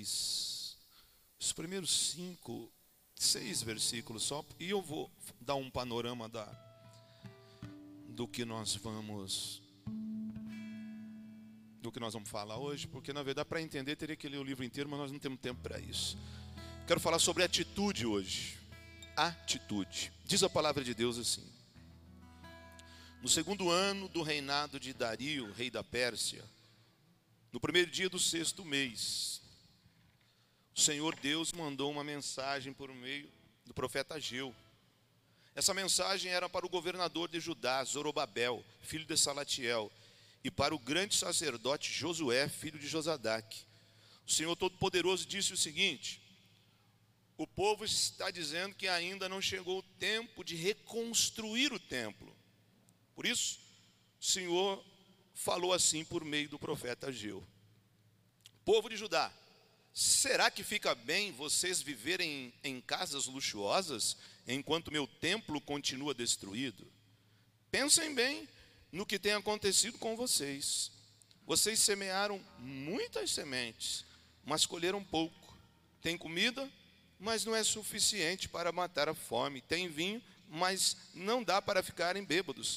6, os primeiros 5, 6 versículos só, e eu vou dar um panorama do que nós vamos falar hoje, porque na verdade para entender teria que ler o livro inteiro, mas nós não temos tempo para isso. Quero falar sobre atitude hoje. Atitude. Diz a palavra de Deus assim: no segundo ano do reinado de Dario, rei da Pérsia, no primeiro dia do 6º mês, o Senhor Deus mandou uma mensagem por meio do profeta Ageu. Essa mensagem era para o governador de Judá, Zorobabel, filho de Salatiel, e para o grande sacerdote Josué, filho de Josadaque. O Senhor Todo-Poderoso disse o seguinte: o povo está dizendo que ainda não chegou o tempo de reconstruir o templo. Por isso, o Senhor falou assim por meio do profeta Ageu: povo de Judá, será que fica bem vocês viverem em casas luxuosas enquanto meu templo continua destruído? Pensem bem no que tem acontecido com vocês. Vocês semearam muitas sementes, mas colheram pouco. Tem comida, mas não é suficiente para matar a fome. Tem vinho, mas não dá para ficarem bêbados.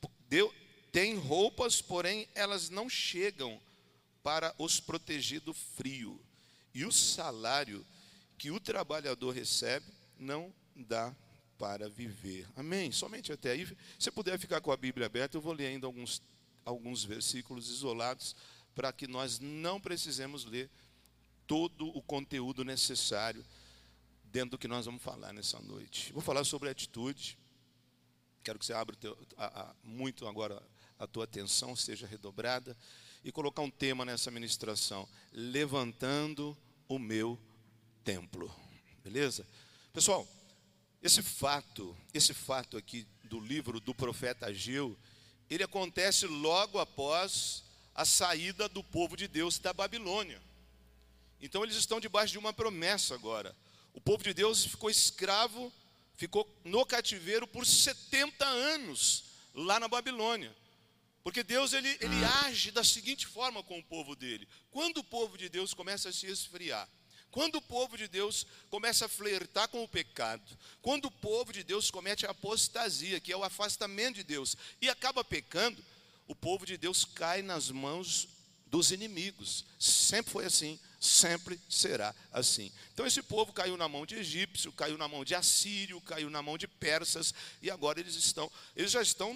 Tem roupas, porém elas não chegam para os proteger do frio. E o salário que o trabalhador recebe não dá para viver. Amém? Somente até aí. Se puder ficar com a Bíblia aberta, eu vou ler ainda alguns versículos isolados, para que nós não precisemos ler todo o conteúdo necessário dentro do que nós vamos falar nessa noite. Vou falar sobre atitude. Quero que você abra muito agora a tua atenção, seja redobrada, e colocar um tema nessa ministração: levantando o meu templo. Beleza? Pessoal, esse fato aqui do livro do profeta Ageu, ele acontece logo após a saída do povo de Deus da Babilônia. Então eles estão debaixo de uma promessa agora. O povo de Deus ficou escravo, ficou no cativeiro por 70 anos lá na Babilônia. Porque Deus ele age da seguinte forma com o povo dele: quando o povo de Deus começa a se esfriar, quando o povo de Deus começa a flertar com o pecado, quando o povo de Deus comete a apostasia, que é o afastamento de Deus, e acaba pecando, o povo de Deus cai nas mãos dos inimigos. Sempre foi assim, sempre será assim. Então esse povo caiu na mão de egípcio, caiu na mão de assírio, caiu na mão de persas, e agora eles já estão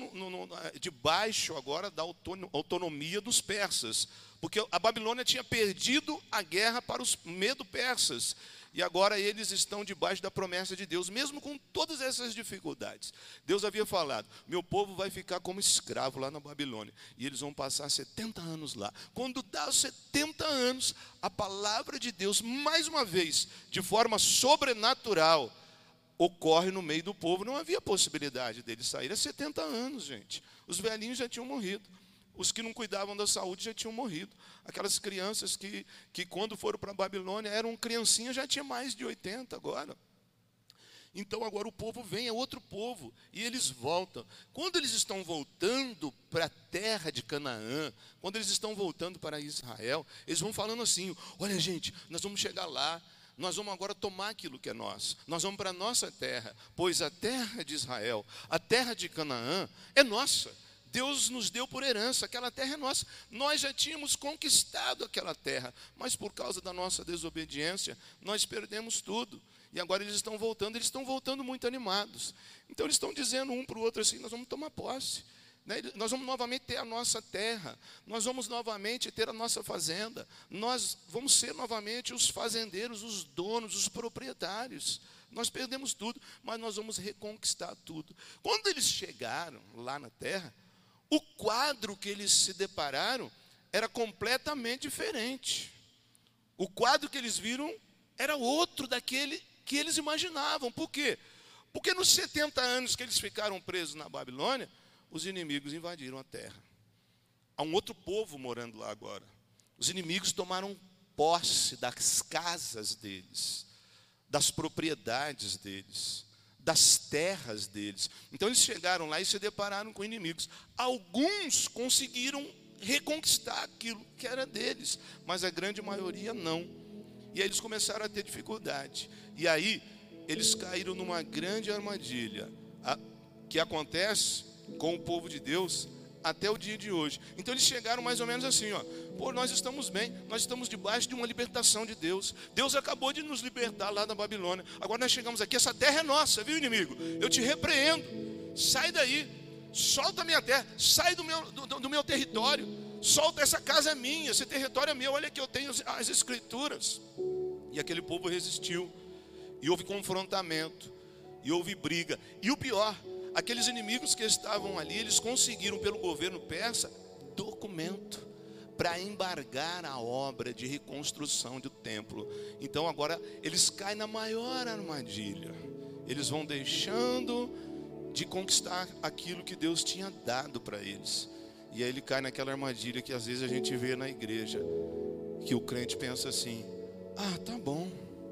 debaixo agora da autonomia dos persas, porque a Babilônia tinha perdido a guerra para os medo-persas, e agora eles estão debaixo da promessa de Deus, mesmo com todas essas dificuldades. Deus havia falado: meu povo vai ficar como escravo lá na Babilônia, e eles vão passar 70 anos lá. Quando dá os 70 anos, a palavra de Deus, mais uma vez, de forma sobrenatural, ocorre no meio do povo. Não havia possibilidade deles saírem. 70 anos, gente. Os velhinhos já tinham morrido. Os que não cuidavam da saúde já tinham morrido. Aquelas crianças que quando foram para a Babilônia eram criancinhas, já tinha mais de 80 agora. Então agora o povo vem, é outro povo, e eles voltam. Quando eles estão voltando para a terra de Canaã, quando eles estão voltando para Israel, eles vão falando assim: olha, gente, nós vamos chegar lá, nós vamos agora tomar aquilo que é nosso, nós vamos para a nossa terra, pois a terra de Israel, a terra de Canaã é nossa. Deus nos deu por herança, aquela terra é nossa. Nós já tínhamos conquistado aquela terra, mas por causa da nossa desobediência, nós perdemos tudo. E agora eles estão voltando muito animados. Então eles estão dizendo um para o outro assim: nós vamos tomar posse, né? Nós vamos novamente ter a nossa terra, nós vamos novamente ter a nossa fazenda, nós vamos ser novamente os fazendeiros, os donos, os proprietários. Nós perdemos tudo, mas nós vamos reconquistar tudo. Quando eles chegaram lá na terra, o quadro que eles se depararam era completamente diferente. O quadro que eles viram era outro daquele que eles imaginavam. Por quê? Porque nos 70 anos que eles ficaram presos na Babilônia, os inimigos invadiram a terra. Há um outro povo morando lá agora. Os inimigos tomaram posse das casas deles, das propriedades deles, das terras deles. Então eles chegaram lá e se depararam com inimigos. Alguns conseguiram reconquistar aquilo que era deles, mas a grande maioria não. E aí eles começaram a ter dificuldade. E aí eles caíram numa grande armadilha, que acontece com o povo de Deus até o dia de hoje. Então eles chegaram mais ou menos assim, ó: pô, nós estamos bem, nós estamos debaixo de uma libertação de Deus. Deus acabou de nos libertar lá da Babilônia. Agora nós chegamos aqui, essa terra é nossa, viu, inimigo? Eu te repreendo, sai daí, solta a minha terra, sai do meu território, solta, essa casa é minha, esse território é meu, olha que eu tenho as escrituras. E aquele povo resistiu, e houve confrontamento, e houve briga. E o pior, aqueles inimigos que estavam ali, eles conseguiram pelo governo persa documento para embargar a obra de reconstrução do templo. Então agora eles caem na maior armadilha. Eles vão deixando de conquistar aquilo que Deus tinha dado para eles. E aí ele cai naquela armadilha que às vezes a gente vê na igreja, que o crente pensa assim: ah, tá bom,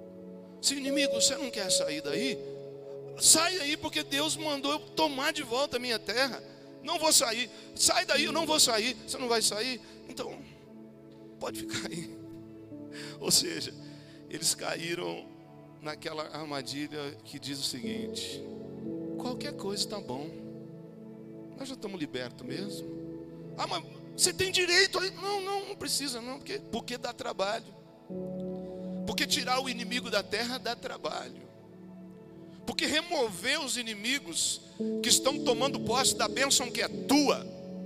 se inimigo, você não quer sair daí? Sai daí, porque Deus mandou eu tomar de volta a minha terra. Não vou sair. Sai daí, eu não vou sair. Você não vai sair? Então, pode ficar aí. Ou seja, eles caíram naquela armadilha que diz o seguinte: qualquer coisa está bom. Nós já estamos libertos mesmo. Ah, mas você tem direito aí? Não precisa não. Porque dá trabalho. Porque tirar o inimigo da terra dá trabalho. Porque remover os inimigos que estão tomando posse da bênção que é tua,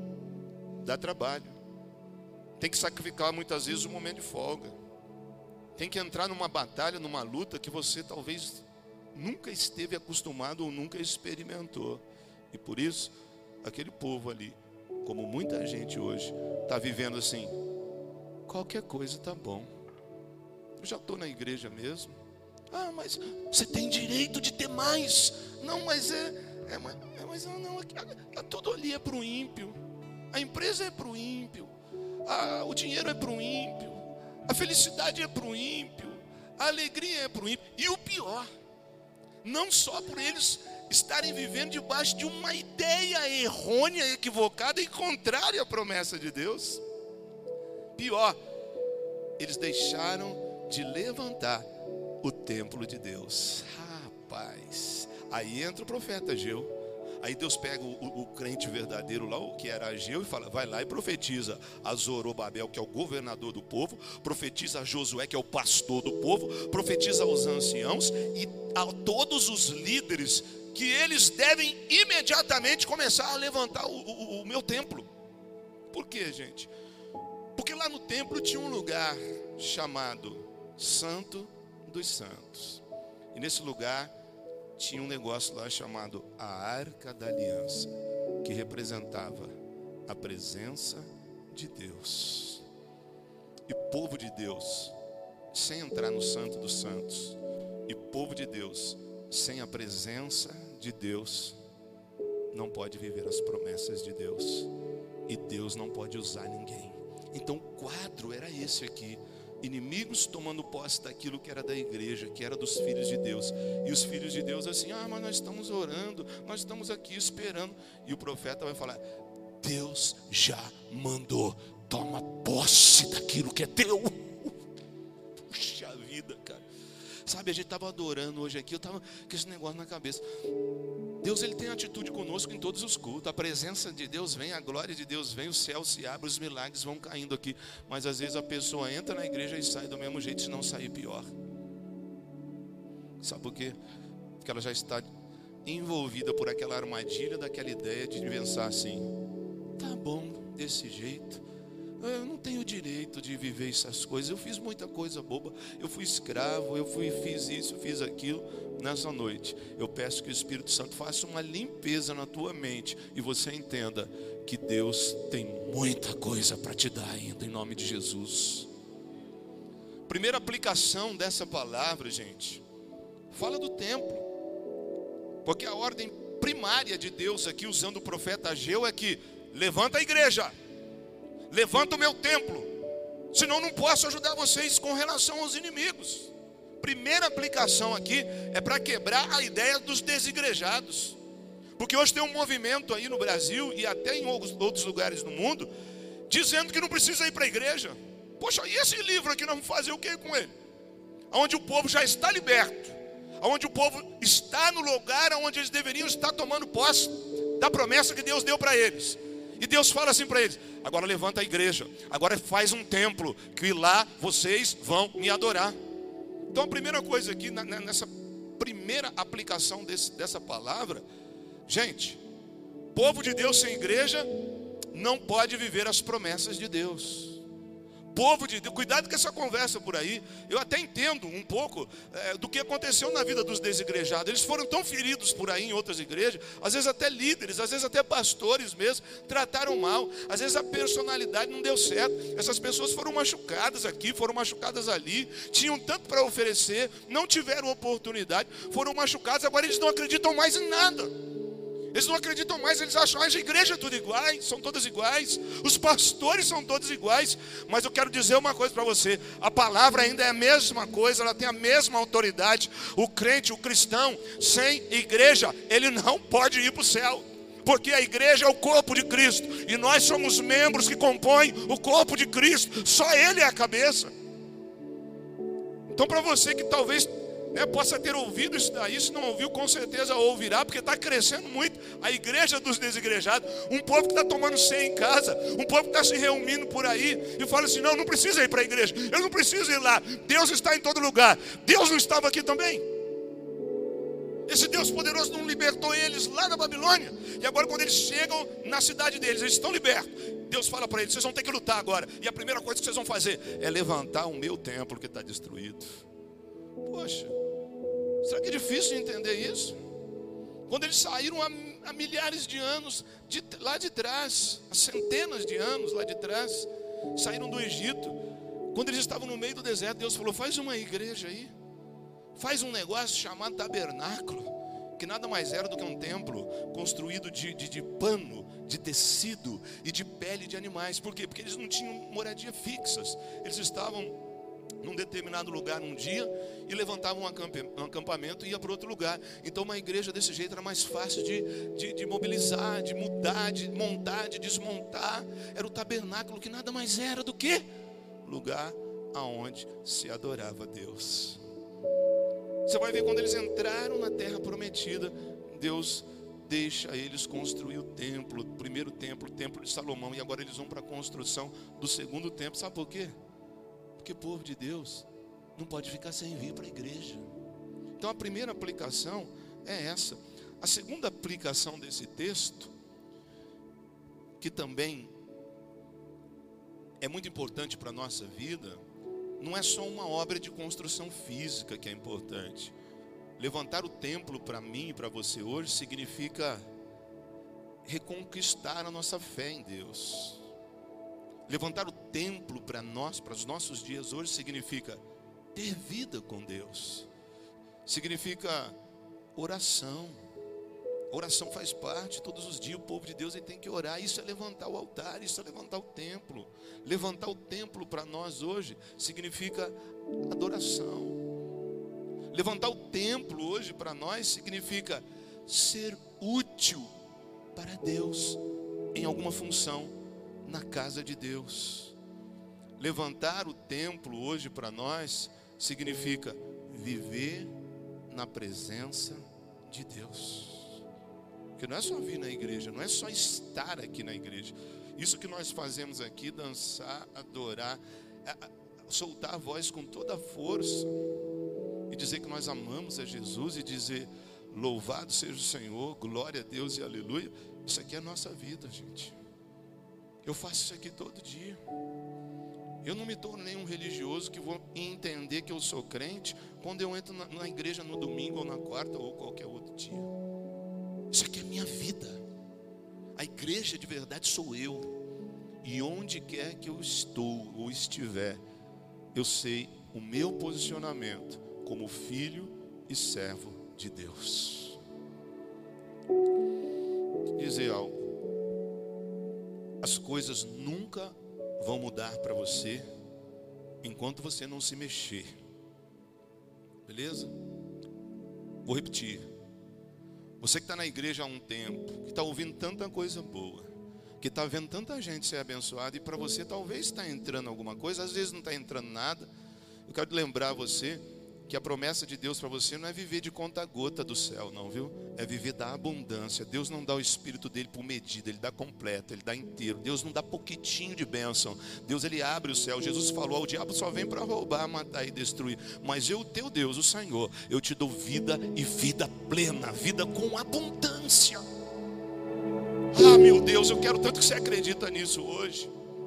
dá trabalho. Tem que sacrificar muitas vezes um momento de folga. Tem que entrar numa batalha, numa luta que você talvez nunca esteve acostumado ou nunca experimentou. E por isso, aquele povo ali, como muita gente hoje, está vivendo assim: qualquer coisa está bom. Eu já estou na igreja mesmo. Ah, mas você tem direito de ter mais. Não, mas tudo ali é para o ímpio. A empresa é para o ímpio. O dinheiro é para o ímpio. A felicidade é para o ímpio. A alegria é para o ímpio. E o pior, não só por eles estarem vivendo debaixo de uma ideia errônea, equivocada e contrária à promessa de Deus. Pior, eles deixaram de levantar o templo de Deus. Rapaz, aí entra o profeta Ageu. Aí Deus pega o crente verdadeiro lá, o que era Ageu, e fala: vai lá e profetiza a Zorobabel, que é o governador do povo, profetiza a Josué, que é o pastor do povo, profetiza aos anciãos e a todos os líderes, que eles devem imediatamente começar a levantar o meu templo. Por quê, gente? Porque lá no templo tinha um lugar chamado Santo dos Santos. E nesse lugar tinha um negócio lá chamado a Arca da Aliança, que representava a presença de Deus. E povo de Deus sem entrar no Santo dos Santos, e povo de Deus sem a presença de Deus, não pode viver as promessas de Deus. E Deus não pode usar ninguém. Então o quadro era esse aqui: inimigos tomando posse daquilo que era da igreja, que era dos filhos de Deus. E os filhos de Deus assim: ah, mas nós estamos orando, nós estamos aqui esperando. E o profeta vai falar: Deus já mandou, toma posse daquilo que é teu. Puxa vida, cara. Sabe, a gente estava adorando hoje aqui, eu estava com esse negócio na cabeça. Deus, ele tem atitude conosco em todos os cultos. A presença de Deus vem, a glória de Deus vem, o céu se abre, os milagres vão caindo aqui. Mas às vezes a pessoa entra na igreja e sai do mesmo jeito, se não sair pior. Sabe por quê? Porque ela já está envolvida por aquela armadilha, daquela ideia de pensar assim: tá bom, desse jeito, eu não tenho direito de viver essas coisas. Eu fiz muita coisa boba, eu fui escravo, fiz isso, fiz aquilo. Nessa noite, eu peço que o Espírito Santo faça uma limpeza na tua mente e você entenda que Deus tem muita coisa para te dar ainda, em nome de Jesus. Primeira aplicação dessa palavra, gente, fala do templo. Porque a ordem primária de Deus aqui, usando o profeta Ageu, é que levanta a igreja, levanta o meu templo, senão não posso ajudar vocês com relação aos inimigos. Primeira aplicação aqui é para quebrar a ideia dos desigrejados. Porque hoje tem um movimento aí no Brasil e até em outros lugares do mundo, dizendo que não precisa ir para a igreja. Poxa, e esse livro aqui, nós vamos fazer o que com ele? onde o povo já está liberto, onde o povo está no lugar onde eles deveriam estar tomando posse da promessa que Deus deu para eles. E Deus fala assim para eles: agora levanta a igreja, agora faz um templo, que lá vocês vão me adorar. Então a primeira coisa aqui, nessa primeira aplicação dessa palavra, gente, povo de Deus sem igreja não pode viver as promessas de Deus. Povo de Deus, cuidado com essa conversa por aí. Eu até entendo um pouco do que aconteceu na vida dos desigrejados. Eles foram tão feridos por aí em outras igrejas, às vezes até líderes, às vezes até pastores mesmo, trataram mal, às vezes a personalidade não deu certo. Essas pessoas foram machucadas aqui, foram machucadas ali, tinham tanto para oferecer, não tiveram oportunidade, foram machucados, agora eles não acreditam mais em nada. Eles não acreditam mais, eles acham que a igreja é tudo iguais, são todas iguais, os pastores são todos iguais. Mas eu quero dizer uma coisa para você: a palavra ainda é a mesma coisa, ela tem a mesma autoridade. O crente, o cristão, sem igreja, ele não pode ir para o céu, porque a igreja é o corpo de Cristo, e nós somos membros que compõem o corpo de Cristo, só Ele é a cabeça. Então, para você que talvez possa ter ouvido isso daí, se não ouviu, com certeza ouvirá, porque está crescendo muito a igreja dos desigrejados, um povo que está tomando ceia em casa, um povo que está se reunindo por aí, e fala assim: não precisa ir para a igreja, eu não preciso ir lá, Deus está em todo lugar. Deus não estava aqui também? Esse Deus poderoso não libertou eles lá na Babilônia, e agora quando eles chegam na cidade deles, eles estão libertos. Deus fala para eles: vocês vão ter que lutar agora, e a primeira coisa que vocês vão fazer é levantar o meu templo que está destruído. Poxa, será que é difícil de entender isso? Quando eles saíram há milhares de anos lá de trás, há centenas de anos lá de trás, saíram do Egito. Quando eles estavam no meio do deserto, Deus falou: faz uma igreja aí, faz um negócio chamado tabernáculo, que nada mais era do que um templo construído de pano, de tecido e de pele de animais. Por quê? Porque eles não tinham moradia fixas, eles estavam num determinado lugar um dia e levantavam um acampamento e ia para outro lugar. Então uma igreja desse jeito era mais fácil de mobilizar, de mudar, de montar, de desmontar. Era o tabernáculo, que nada mais era do que lugar aonde se adorava a Deus. Você vai ver, quando eles entraram na terra prometida, Deus deixa eles construir o templo, o primeiro templo, o templo de Salomão, e agora eles vão para a construção do segundo templo. Sabe por quê? Porque o povo de Deus não pode ficar sem vir para a igreja. Então a primeira aplicação é essa. A segunda aplicação desse texto, que também é muito importante para a nossa vida, não é só uma obra de construção física que é importante. Levantar o templo para mim e para você hoje significa reconquistar a nossa fé em Deus. Levantar o templo para nós, para os nossos dias hoje, significa ter vida com Deus. Significa oração. Oração faz parte, todos os dias o povo de Deus ele tem que orar. Isso é levantar o altar, isso é levantar o templo. Levantar o templo para nós hoje significa adoração. Levantar o templo hoje para nós significa ser útil para Deus em alguma função na casa de Deus. Levantar o templo hoje para nós significa viver na presença de Deus. Porque não é só vir na igreja, não é só estar aqui na igreja. Isso que nós fazemos aqui, dançar, adorar, soltar a voz com toda a força e dizer que nós amamos a Jesus e dizer: louvado seja o Senhor, glória a Deus e aleluia. Isso aqui é a nossa vida, gente. Eu faço isso aqui todo dia. Eu não me tornei um religioso que vou entender que eu sou crente quando eu entro na igreja no domingo ou na quarta ou qualquer outro dia. Isso aqui é a minha vida. A igreja de verdade sou eu. E onde quer que eu estou ou estiver, eu sei o meu posicionamento como filho e servo de Deus. Vou dizer algo. As coisas nunca vão mudar para você enquanto você não se mexer. Beleza? Vou repetir. Você que está na igreja há um tempo, que está ouvindo tanta coisa boa, que está vendo tanta gente ser abençoada, e para você talvez está entrando alguma coisa, às vezes não está entrando nada. Eu quero lembrar você que a promessa de Deus para você não é viver de conta-gota do céu, não, viu? É viver da abundância. Deus não dá o Espírito dele por medida, ele dá completo, ele dá inteiro. Deus não dá pouquitinho de bênção. Deus, ele abre o céu. Jesus falou: o diabo só vem para roubar, matar e destruir. Mas eu, teu Deus, o Senhor, eu te dou vida e vida plena, vida com abundância. Ah, meu Deus, eu quero tanto que você acredita nisso hoje.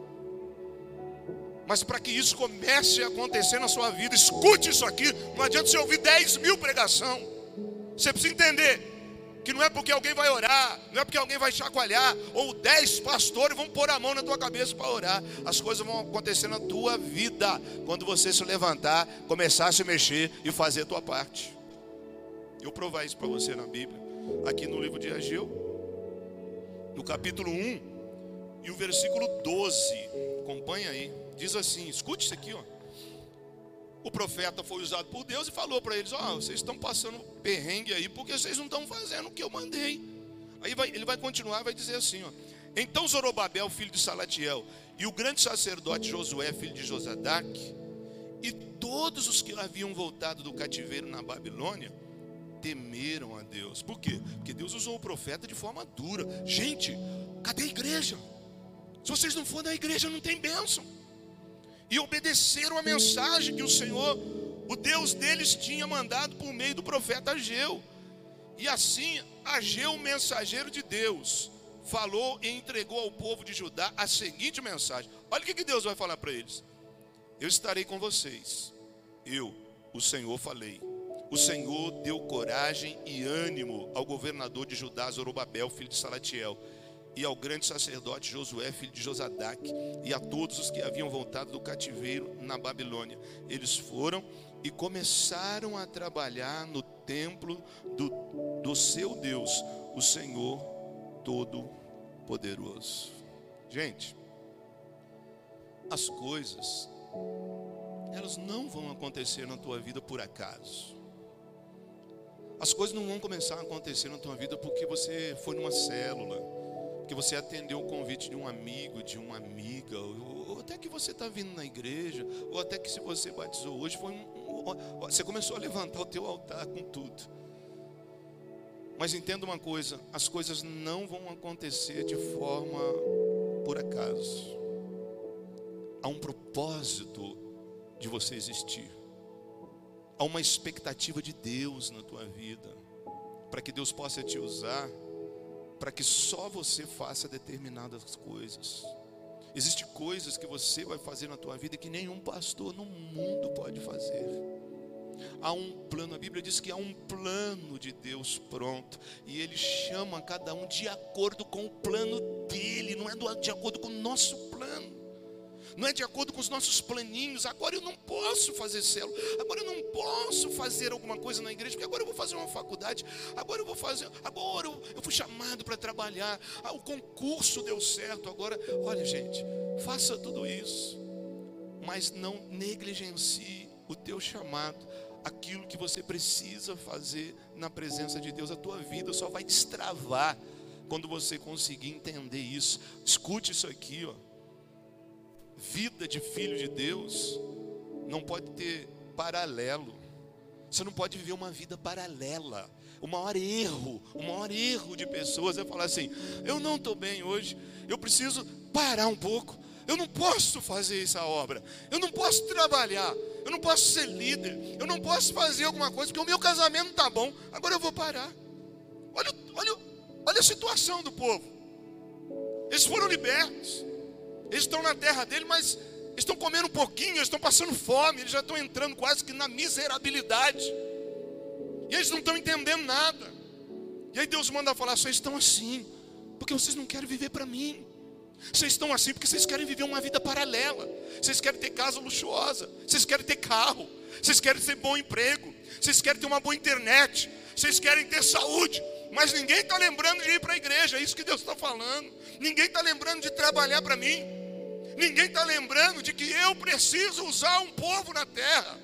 Mas para que isso comece a acontecer na sua vida, escute isso aqui. Não adianta você ouvir 10.000 pregação. Você precisa entender que não é porque alguém vai orar, não é porque alguém vai chacoalhar, ou 10 pastores vão pôr a mão na tua cabeça para orar. As coisas vão acontecer na tua vida quando você se levantar, começar a se mexer e fazer a tua parte. Eu vou provar isso para você na Bíblia, aqui no livro de Ageu, no capítulo 1 e o versículo 12. Acompanha aí. Diz assim, escute isso aqui, ó. O profeta foi usado por Deus e falou para eles: ó, vocês estão passando perrengue aí porque vocês não estão fazendo o que eu mandei. Aí ele vai continuar, vai dizer assim, ó: então Zorobabel, filho de Salatiel, e o grande sacerdote Josué, filho de Josadaque, e todos os que haviam voltado do cativeiro na Babilônia, temeram a Deus. Por quê? Porque Deus usou o profeta de forma dura. Gente, cadê a igreja? Se vocês não forem da igreja, não tem bênção. E obedeceram a mensagem que o Senhor, o Deus deles, tinha mandado por meio do profeta Ageu. E assim, Ageu, mensageiro de Deus, falou e entregou ao povo de Judá a seguinte mensagem. Olha o que Deus vai falar para eles: eu estarei com vocês. Eu, o Senhor, falei. O Senhor deu coragem e ânimo ao governador de Judá, Zorobabel, filho de Salatiel, e ao grande sacerdote Josué, filho de Josadaque, e a todos os que haviam voltado do cativeiro na Babilônia. Eles foram e começaram a trabalhar no templo do seu Deus, o Senhor Todo-Poderoso. Gente, as coisas, elas não vão acontecer na tua vida por acaso. As coisas não vão começar a acontecer na tua vida porque você foi numa célula, que você atendeu o convite de um amigo, de uma amiga, ou até que você está vindo na igreja, ou até que se você batizou hoje, você começou a levantar o teu altar com tudo. Mas entenda uma coisa: as coisas não vão acontecer de forma por acaso. Há um propósito de você existir. Há uma expectativa de Deus na tua vida, para que Deus possa te usar, para que só você faça determinadas coisas. Existem coisas que você vai fazer na tua vida que nenhum pastor no mundo pode fazer. Há um plano, a Bíblia diz que há um plano de Deus pronto, e Ele chama cada um de acordo com o plano dEle, não é de acordo com o nosso plano. Não é de acordo com os nossos planinhos. Agora eu não posso fazer célula, agora eu não posso fazer alguma coisa na igreja, porque agora eu vou fazer uma faculdade, agora eu fui chamado para trabalhar, o concurso deu certo. Agora, olha gente, faça tudo isso, mas não negligencie o teu chamado, aquilo que você precisa fazer na presença de Deus. A tua vida só vai destravar quando você conseguir entender isso. Escute isso aqui, ó. Vida de filho de Deus não pode ter paralelo. Você não pode viver uma vida paralela. O maior erro de pessoas é falar assim: eu não estou bem hoje, eu preciso parar um pouco, eu não posso fazer essa obra, eu não posso trabalhar, eu não posso ser líder, eu não posso fazer alguma coisa, porque o meu casamento não está bom, agora eu vou parar. Olha a situação do povo. Eles foram libertos, eles estão na terra dele, mas eles estão comendo um pouquinho, eles estão passando fome, eles já estão entrando quase que na miserabilidade, e eles não estão entendendo nada. E aí Deus manda falar: vocês estão assim porque vocês não querem viver para mim. Vocês estão assim porque vocês querem viver uma vida paralela. Vocês querem ter casa luxuosa, vocês querem ter carro, vocês querem ter bom emprego, vocês querem ter uma boa internet, vocês querem ter saúde, mas ninguém está lembrando de ir para a igreja. É isso que Deus está falando. Ninguém está lembrando de trabalhar para mim. Ninguém está lembrando de que eu preciso usar um povo na terra.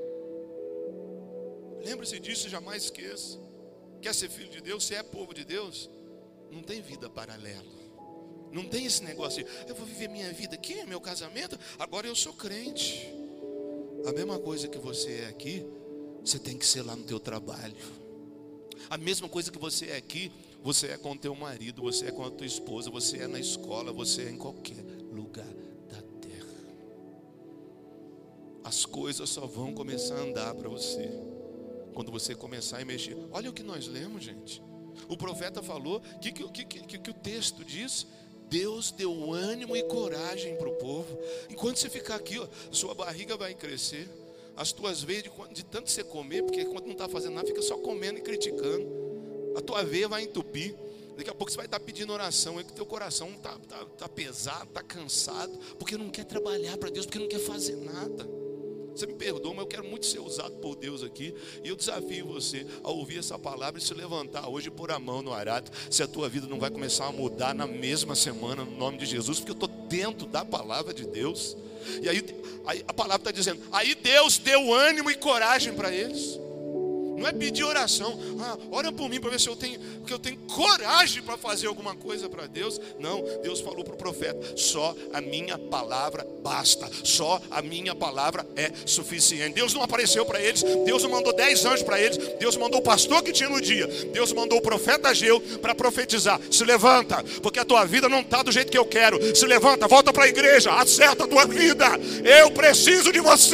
Lembre-se disso e jamais esqueça. Quer ser filho de Deus, se é povo de Deus, não tem vida paralela. Não tem esse negócio de eu vou viver minha vida aqui, meu casamento, agora eu sou crente. A mesma coisa que você é aqui, você tem que ser lá no teu trabalho. A mesma coisa que você é aqui, você é com o teu marido, você é com a tua esposa, você é na escola, você é em qualquer lugar da terra. As coisas só vão começar a andar para você quando você começar a mexer. Olha o que nós lemos, gente. O profeta falou, que o texto diz? Deus deu ânimo e coragem para o povo. Enquanto você ficar aqui, ó, sua barriga vai crescer. As tuas veias, de tanto você comer, porque quando não está fazendo nada, fica só comendo e criticando. A tua veia vai entupir. Daqui a pouco você vai estar pedindo oração. É que teu coração está pesado, está cansado, porque não quer trabalhar para Deus, porque não quer fazer nada. Você me perdoa, mas eu quero muito ser usado por Deus aqui. E eu desafio você a ouvir essa palavra e se levantar hoje e pôr a mão no arado. Se a tua vida não vai começar a mudar na mesma semana, no nome de Jesus, porque eu estou dentro da palavra de Deus. E aí a palavra está dizendo, aí Deus deu ânimo e coragem para eles. Não é pedir oração, ora por mim para ver se eu tenho coragem para fazer alguma coisa para Deus. Não, Deus falou para o profeta, só a minha palavra basta, só a minha palavra é suficiente. Deus não apareceu para eles, Deus não mandou 10 anjos para eles, Deus mandou o pastor que tinha no dia, Deus mandou o profeta Ageu para profetizar. Se levanta, porque a tua vida não está do jeito que eu quero. Se levanta, volta para a igreja, acerta a tua vida, eu preciso de você.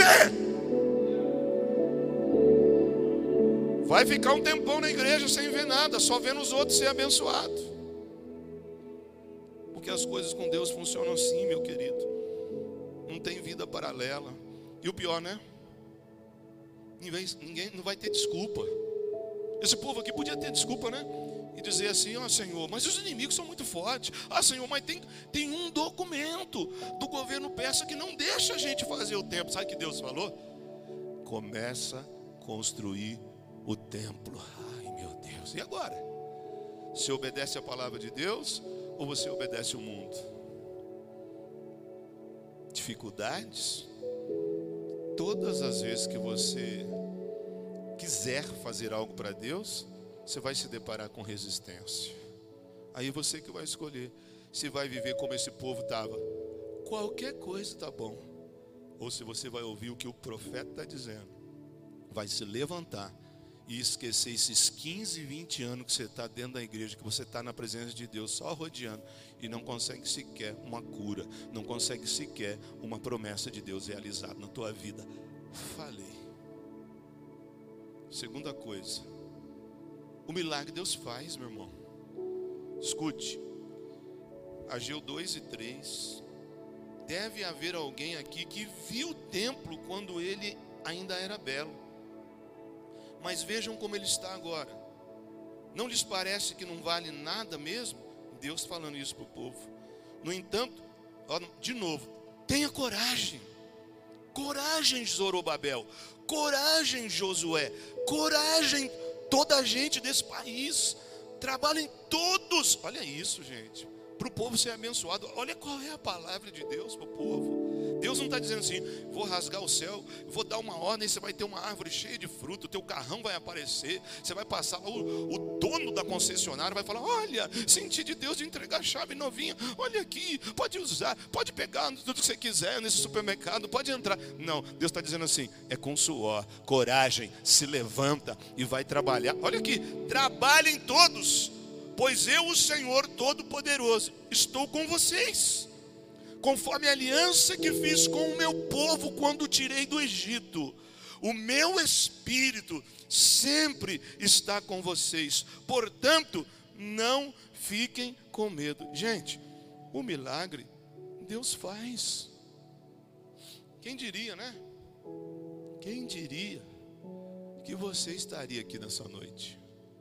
Vai ficar um tempão na igreja sem ver nada, só vendo os outros ser abençoados. Porque as coisas com Deus funcionam assim, meu querido. Não tem vida paralela. E o pior, né? Ninguém não vai ter desculpa. Esse povo aqui podia ter desculpa, né? E dizer assim, ó Senhor, mas os inimigos são muito fortes. Ah Senhor, mas tem um documento do governo persa que não deixa a gente fazer o templo. Sabe o que Deus falou? Começa a construir o templo. Ai meu Deus, e agora? Você obedece a palavra de Deus ou você obedece o mundo? Dificuldades? Todas as vezes que você quiser fazer algo para Deus, você vai se deparar com resistência. Aí você que vai escolher se vai viver como esse povo estava, qualquer coisa está bom, ou se você vai ouvir o que o profeta está dizendo, vai se levantar e esquecer esses 15, 20 anos que você está dentro da igreja, que você está na presença de Deus só rodeando e não consegue sequer uma cura, não consegue sequer uma promessa de Deus realizada na tua vida. Falei. Segunda coisa, o milagre Deus faz, meu irmão. Escute, Ageu 2 e 3, deve haver alguém aqui que viu o templo quando ele ainda era belo. Mas vejam como ele está agora. Não lhes parece que não vale nada mesmo? Deus falando isso para o povo. No entanto, de novo, tenha coragem. Coragem, Zorobabel. Coragem, Josué. Coragem, toda a gente desse país. Trabalhem todos. Olha isso, gente. Para o povo ser abençoado. Olha qual é a palavra de Deus para o povo. Deus não está dizendo assim, vou rasgar o céu, vou dar uma ordem, você vai ter uma árvore cheia de fruto, o teu carrão vai aparecer, você vai passar, o dono da concessionária vai falar, olha, senti de Deus de entregar a chave novinha, olha aqui, pode usar, pode pegar tudo que você quiser nesse supermercado, pode entrar. Não, Deus está dizendo assim, é com suor, coragem, se levanta e vai trabalhar. Olha aqui, trabalhem todos, pois eu, o Senhor Todo-Poderoso, estou com vocês. Conforme a aliança que fiz com o meu povo quando o tirei do Egito, o meu espírito sempre está com vocês. Portanto, não fiquem com medo. Gente, o milagre Deus faz. Quem diria, né? Quem diria que você estaria aqui nessa noite?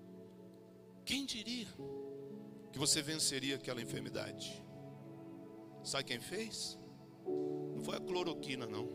Quem diria que você venceria aquela enfermidade? Sabe quem fez? Não foi a cloroquina, não.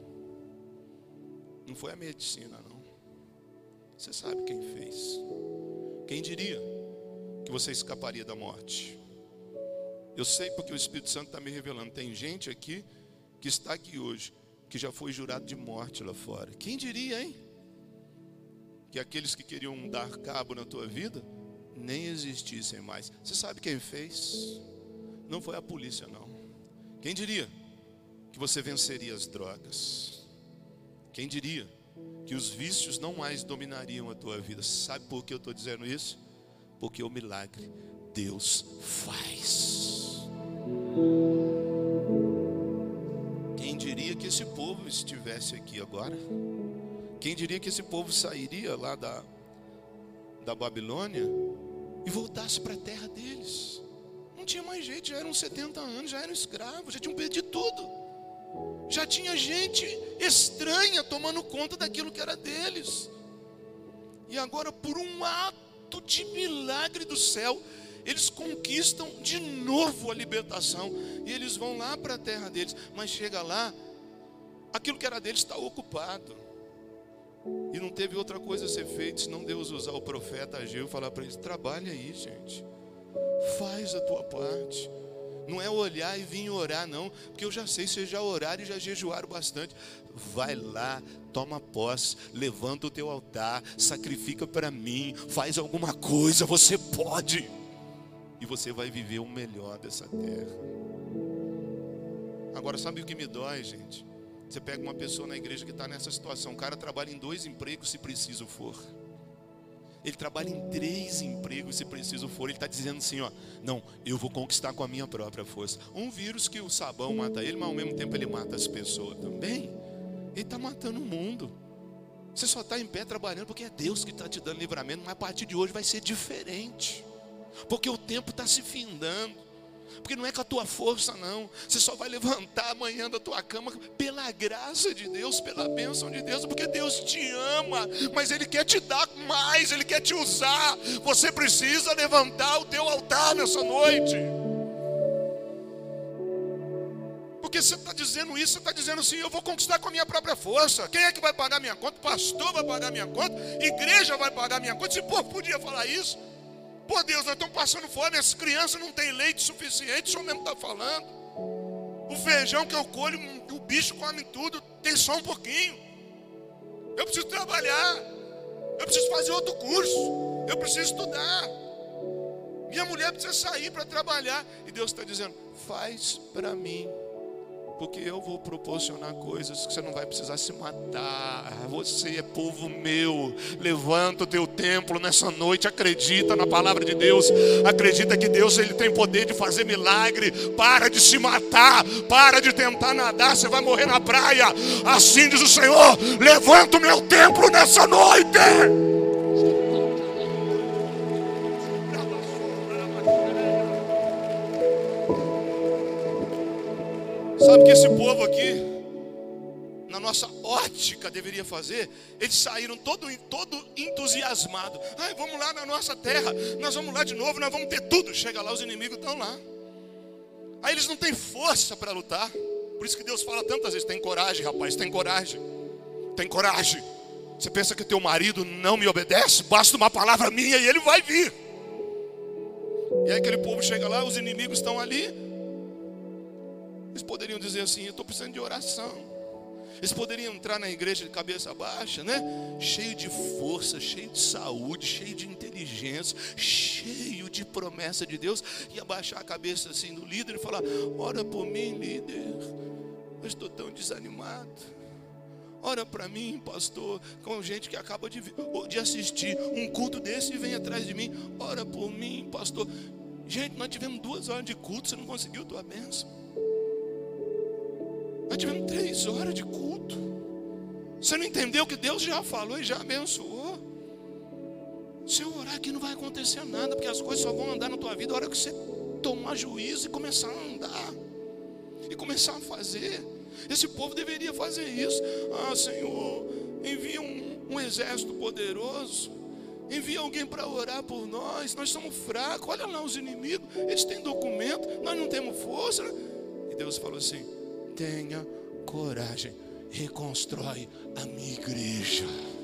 Não foi a medicina, não. Você sabe quem fez. Quem diria que você escaparia da morte? Eu sei porque o Espírito Santo está me revelando. Tem gente aqui que está aqui hoje, que já foi jurado de morte lá fora. Quem diria, hein? Que aqueles que queriam dar cabo na tua vida nem existissem mais. Você sabe quem fez? Não foi a polícia, não. Quem diria que você venceria as drogas? Quem diria que os vícios não mais dominariam a tua vida. Sabe por que eu estou dizendo isso? Porque o milagre Deus faz. Quem diria que esse povo estivesse aqui agora? Quem diria que esse povo sairia lá da Babilônia e voltasse para a terra deles? Não tinha mais jeito, já eram 70 anos, já eram escravos, já tinham perdido tudo. Já tinha gente estranha tomando conta daquilo que era deles. E agora, por um ato de milagre do céu, eles conquistam de novo a libertação. E eles vão lá para a terra deles. Mas chega lá, aquilo que era deles está ocupado. E não teve outra coisa a ser feita, senão Deus usar o profeta Ageu e falar para eles: trabalha aí, gente. Faz a tua parte. Não é olhar e vir orar, não. Porque eu já sei, vocês já oraram e já jejuaram bastante. Vai lá, toma posse, levanta o teu altar, sacrifica para mim, faz alguma coisa, você pode. E você vai viver o melhor dessa terra. Agora, sabe o que me dói, gente? Você pega uma pessoa na igreja que está nessa situação. O cara trabalha em 2 empregos, se preciso for. Ele trabalha em 3 empregos, se preciso for. Ele está dizendo assim, ó: não, eu vou conquistar com a minha própria força. Um vírus que o sabão mata ele, mas ao mesmo tempo ele mata as pessoas também. Ele está matando o mundo. Você só está em pé trabalhando porque é Deus que está te dando livramento. Mas a partir de hoje vai ser diferente, porque o tempo está se findando. Porque não é com a tua força, não. Você só vai levantar amanhã da tua cama pela graça de Deus, pela bênção de Deus, porque Deus te ama, mas Ele quer te dar mais, Ele quer te usar. Você precisa levantar o teu altar nessa noite. Porque você está dizendo isso, você está dizendo assim: eu vou conquistar com a minha própria força. Quem é que vai pagar minha conta? O pastor vai pagar minha conta? Igreja vai pagar minha conta? Esse povo podia falar isso. Pô, Deus, nós estamos passando fome, as crianças não têm leite suficiente, o Senhor mesmo está falando. O feijão que eu colho, o bicho come tudo, tem só um pouquinho. Eu preciso trabalhar, eu preciso fazer outro curso, eu preciso estudar. Minha mulher precisa sair para trabalhar. E Deus está dizendo: faz para mim, porque eu vou proporcionar coisas que você não vai precisar se matar. Você é povo meu. Levanta o teu templo nessa noite. Acredita na palavra de Deus. Acredita que Deus, Ele tem poder de fazer milagre. Para de se matar. Para de tentar nadar. Você vai morrer na praia. Assim diz o Senhor: levanta o meu templo nessa noite. Sabe o que esse povo aqui, na nossa ótica, deveria fazer? Eles saíram todo entusiasmados. Ai, vamos lá na nossa terra, nós vamos lá de novo, nós vamos ter tudo. Chega lá, os inimigos estão lá. Aí eles não têm força para lutar. Por isso que Deus fala tantas vezes: tem coragem, rapaz, tem coragem. Tem coragem. Você pensa que teu marido não me obedece? Basta uma palavra minha e ele vai vir. E aí aquele povo chega lá, os inimigos estão ali. Eles poderiam dizer assim: eu estou precisando de oração. Eles poderiam entrar na igreja de cabeça baixa, né? Cheio de força, cheio de saúde, cheio de inteligência, cheio de promessa de Deus, e abaixar a cabeça assim do líder e falar: ora por mim, líder, eu estou tão desanimado. Ora para mim, pastor, com gente que acaba de assistir um culto desse e vem atrás de mim. Ora por mim, pastor. Gente, nós tivemos 2 horas de culto, você não conseguiu tua bênção. Nós tivemos 3 horas de culto. Você não entendeu que Deus já falou e já abençoou? Se eu orar aqui não vai acontecer nada, porque as coisas só vão andar na tua vida a hora que você tomar juízo e começar a andar. E começar a fazer. Esse povo deveria fazer isso. Ah, Senhor, envia um exército poderoso. Envia alguém para orar por nós. Nós somos fracos. Olha lá os inimigos. Eles têm documento. Nós não temos força. E Deus falou assim: tenha coragem. Reconstrói a minha igreja.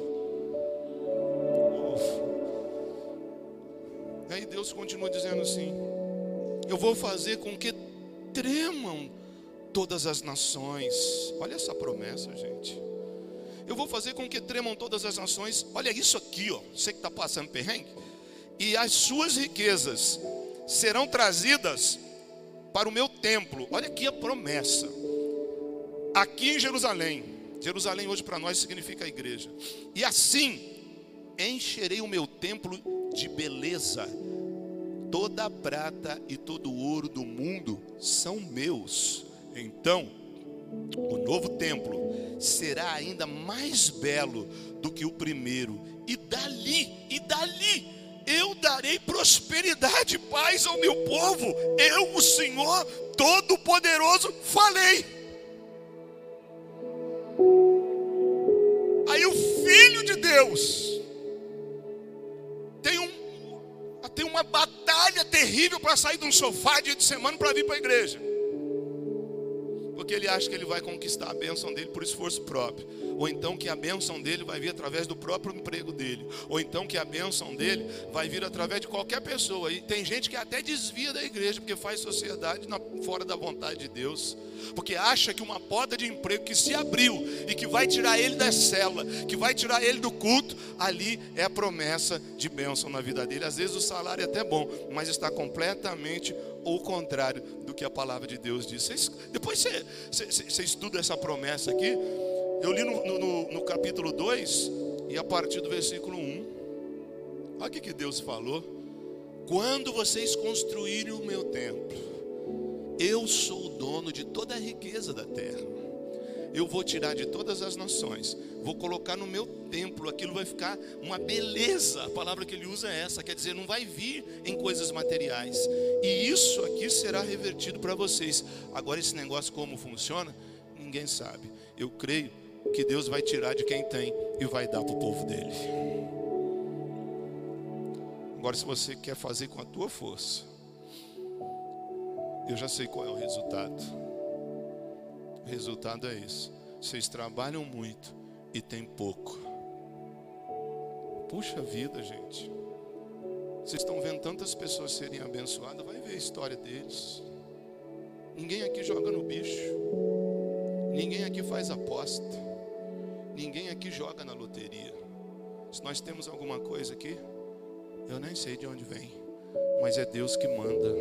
Aí Deus continua dizendo assim: eu vou fazer com que tremam todas as nações. Olha essa promessa, gente. Eu vou fazer com que tremam todas as nações. Olha isso aqui, ó. Você que está passando perrengue. E as suas riquezas serão trazidas para o meu templo. Olha aqui a promessa. Aqui em Jerusalém. Jerusalém hoje para nós significa a igreja. E assim encherei o meu templo de beleza. Toda a prata e todo o ouro do mundo são meus. Então, o novo templo será ainda mais belo do que o primeiro. E dali, eu darei prosperidade e paz ao meu povo. Eu, o Senhor Todo-Poderoso, falei. Aí o Filho de Deus tem uma batalha terrível para sair de um sofá dia de semana para vir para a igreja. Porque ele acha que ele vai conquistar a bênção dele por esforço próprio. Ou então que a bênção dele vai vir através do próprio emprego dele. Ou então que a bênção dele vai vir através de qualquer pessoa. E tem gente que até desvia da igreja, porque faz sociedade fora da vontade de Deus. Porque acha que uma porta de emprego que se abriu e que vai tirar ele da cela, que vai tirar ele do culto, ali é a promessa de bênção na vida dele. Às vezes o salário é até bom, mas está completamente o contrário do que a palavra de Deus diz. Depois você estuda essa promessa aqui. Eu li no capítulo 2 e a partir do versículo 1. Olha o que Deus falou. Quando vocês construírem o meu templo, eu sou o dono de toda a riqueza da terra. Eu vou tirar de todas as nações, vou colocar no meu templo, aquilo vai ficar uma beleza. A palavra que ele usa é essa, quer dizer, não vai vir em coisas materiais. E isso aqui será revertido para vocês. Agora esse negócio como funciona, ninguém sabe. Eu creio que Deus vai tirar de quem tem e vai dar para o povo dele. Agora, se você quer fazer com a tua força, eu já sei qual é o resultado. O resultado é esse: vocês trabalham muito e tem pouco. Puxa vida, gente. Vocês estão vendo tantas pessoas serem abençoadas, vai ver a história deles. Ninguém aqui joga no bicho. Ninguém aqui faz aposta. Ninguém aqui joga na loteria. Se nós temos alguma coisa aqui, eu nem sei de onde vem, mas é Deus que manda.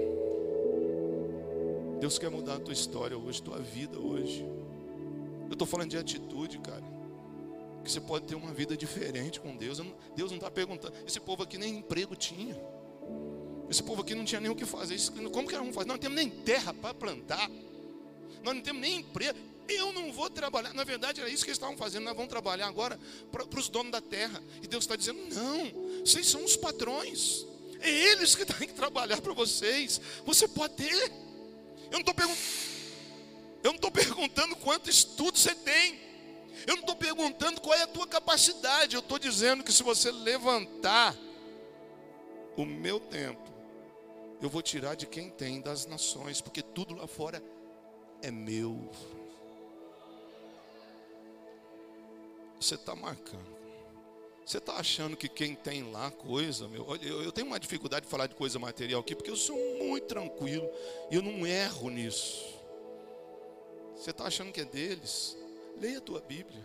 Deus quer mudar a tua história hoje, tua vida hoje. Eu estou falando de atitude, cara. Que você pode ter uma vida diferente com Deus. Deus não está perguntando. Esse povo aqui nem emprego tinha. Esse povo aqui não tinha nem o que fazer. Como que nós vamos fazer? Nós não temos nem terra para plantar. Nós não temos nem emprego. Eu não vou trabalhar. Na verdade era isso que eles estavam fazendo. Nós vamos trabalhar agora para os donos da terra. E Deus está dizendo, não, vocês são os patrões. É eles que têm que trabalhar para vocês. Você pode ter. Eu não estou perguntando quanto estudo você tem. Eu não estou perguntando qual é a tua capacidade. Eu estou dizendo que se você levantar o meu tempo, eu vou tirar de quem tem, das nações, porque tudo lá fora é meu. Você está marcando. Você está achando que quem tem lá coisa, meu? Olha, eu tenho uma dificuldade de falar de coisa material aqui, porque eu sou muito tranquilo e eu não erro nisso. Você está achando que é deles? Leia a tua Bíblia.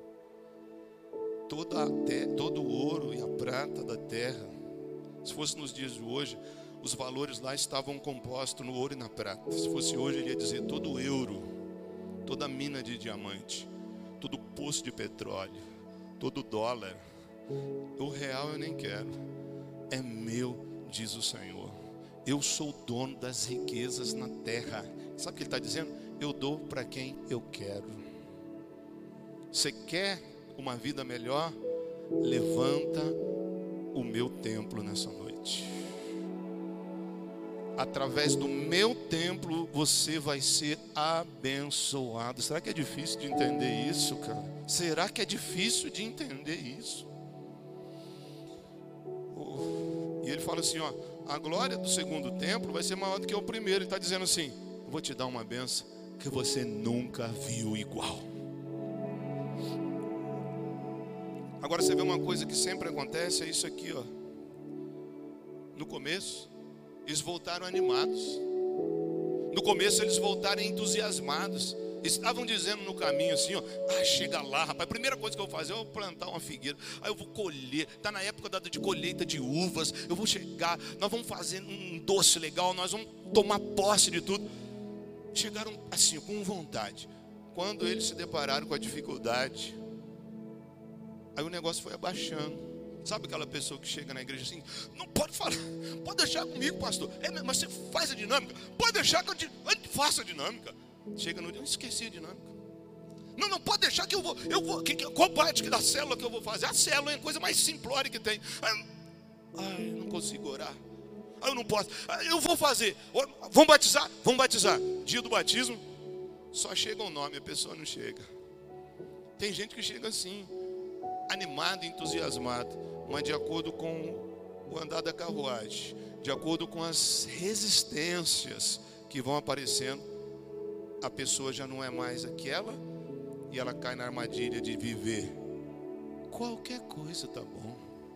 Todo o ouro e a prata da terra, se fosse nos dias de hoje, os valores lá estavam compostos no ouro e na prata. Se fosse hoje, ele ia dizer todo o euro, toda mina de diamante, todo poço de petróleo, todo dólar. O real eu nem quero, é meu, diz o Senhor. Eu sou o dono das riquezas na terra. Sabe o que ele está dizendo? Eu dou para quem eu quero. Você quer uma vida melhor? Levanta o meu templo nessa noite. Através do meu templo você vai ser abençoado. Será que é difícil de entender isso, cara? Será que é difícil de entender isso? E ele fala assim, ó, a glória do segundo templo vai ser maior do que o primeiro. Ele está dizendo assim, eu vou te dar uma bênção que você nunca viu igual. Agora você vê uma coisa que sempre acontece, é isso aqui, ó. No começo, eles voltaram animados. No começo eles voltaram entusiasmados. Estavam dizendo no caminho assim, ó, chega lá, rapaz, a primeira coisa que eu vou fazer é eu plantar uma figueira, aí eu vou colher, está na época de colheita de uvas, eu vou chegar, nós vamos fazer um doce legal, nós vamos tomar posse de tudo. Chegaram assim, com quando eles se depararam com a dificuldade, aí o negócio foi abaixando. Sabe aquela pessoa que chega na igreja assim, não pode falar, pode deixar comigo, pastor. Mas você faz a dinâmica, pode deixar que eu faça a dinâmica. Chega no dia, eu esqueci a dinâmica. Não pode deixar que eu vou. Qual parte da célula que eu vou fazer? A célula é a coisa mais simplória que tem. Ai, não consigo orar. Eu não posso. Eu vou fazer. Vamos batizar? Vamos batizar. Dia do batismo, só chega o nome, a pessoa não chega. Tem gente que chega assim, animado, entusiasmado, mas de acordo com o andar da carruagem, de acordo com as resistências que vão aparecendo, a pessoa já não é mais aquela, e ela cai na armadilha de viver. Qualquer coisa tá bom.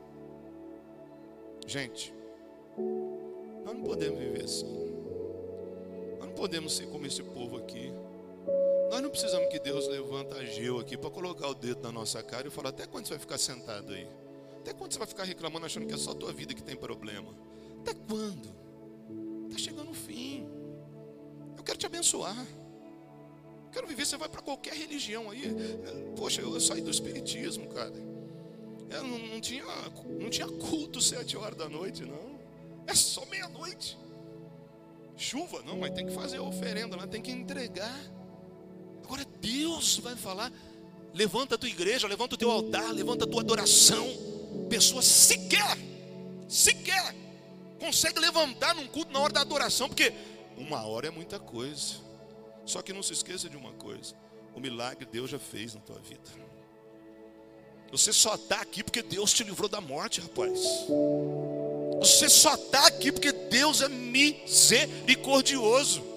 Gente, nós não podemos viver assim. Nós não podemos ser como esse povo aqui. Nós não precisamos que Deus levanta Ageu aqui para colocar o dedo na nossa cara e falar: até quando você vai ficar sentado aí? Até quando você vai ficar reclamando achando que é só a tua vida que tem problema? Até quando? Está chegando o fim. Eu quero te abençoar. Quero viver. Você vai para qualquer religião aí. Poxa, eu saí do espiritismo, cara. Eu não tinha culto 7 horas da noite, não. É só meia-noite. Chuva, não, mas tem que fazer a oferenda lá, tem que entregar. Agora Deus vai falar: levanta a tua igreja, levanta o teu altar, levanta a tua adoração. Pessoas sequer consegue levantar num culto na hora da adoração, porque 1 hora é muita coisa. Só que não se esqueça de uma coisa: o milagre Deus já fez na tua vida. Você só está aqui porque Deus te livrou da morte, rapaz. Você só está aqui porque Deus é misericordioso.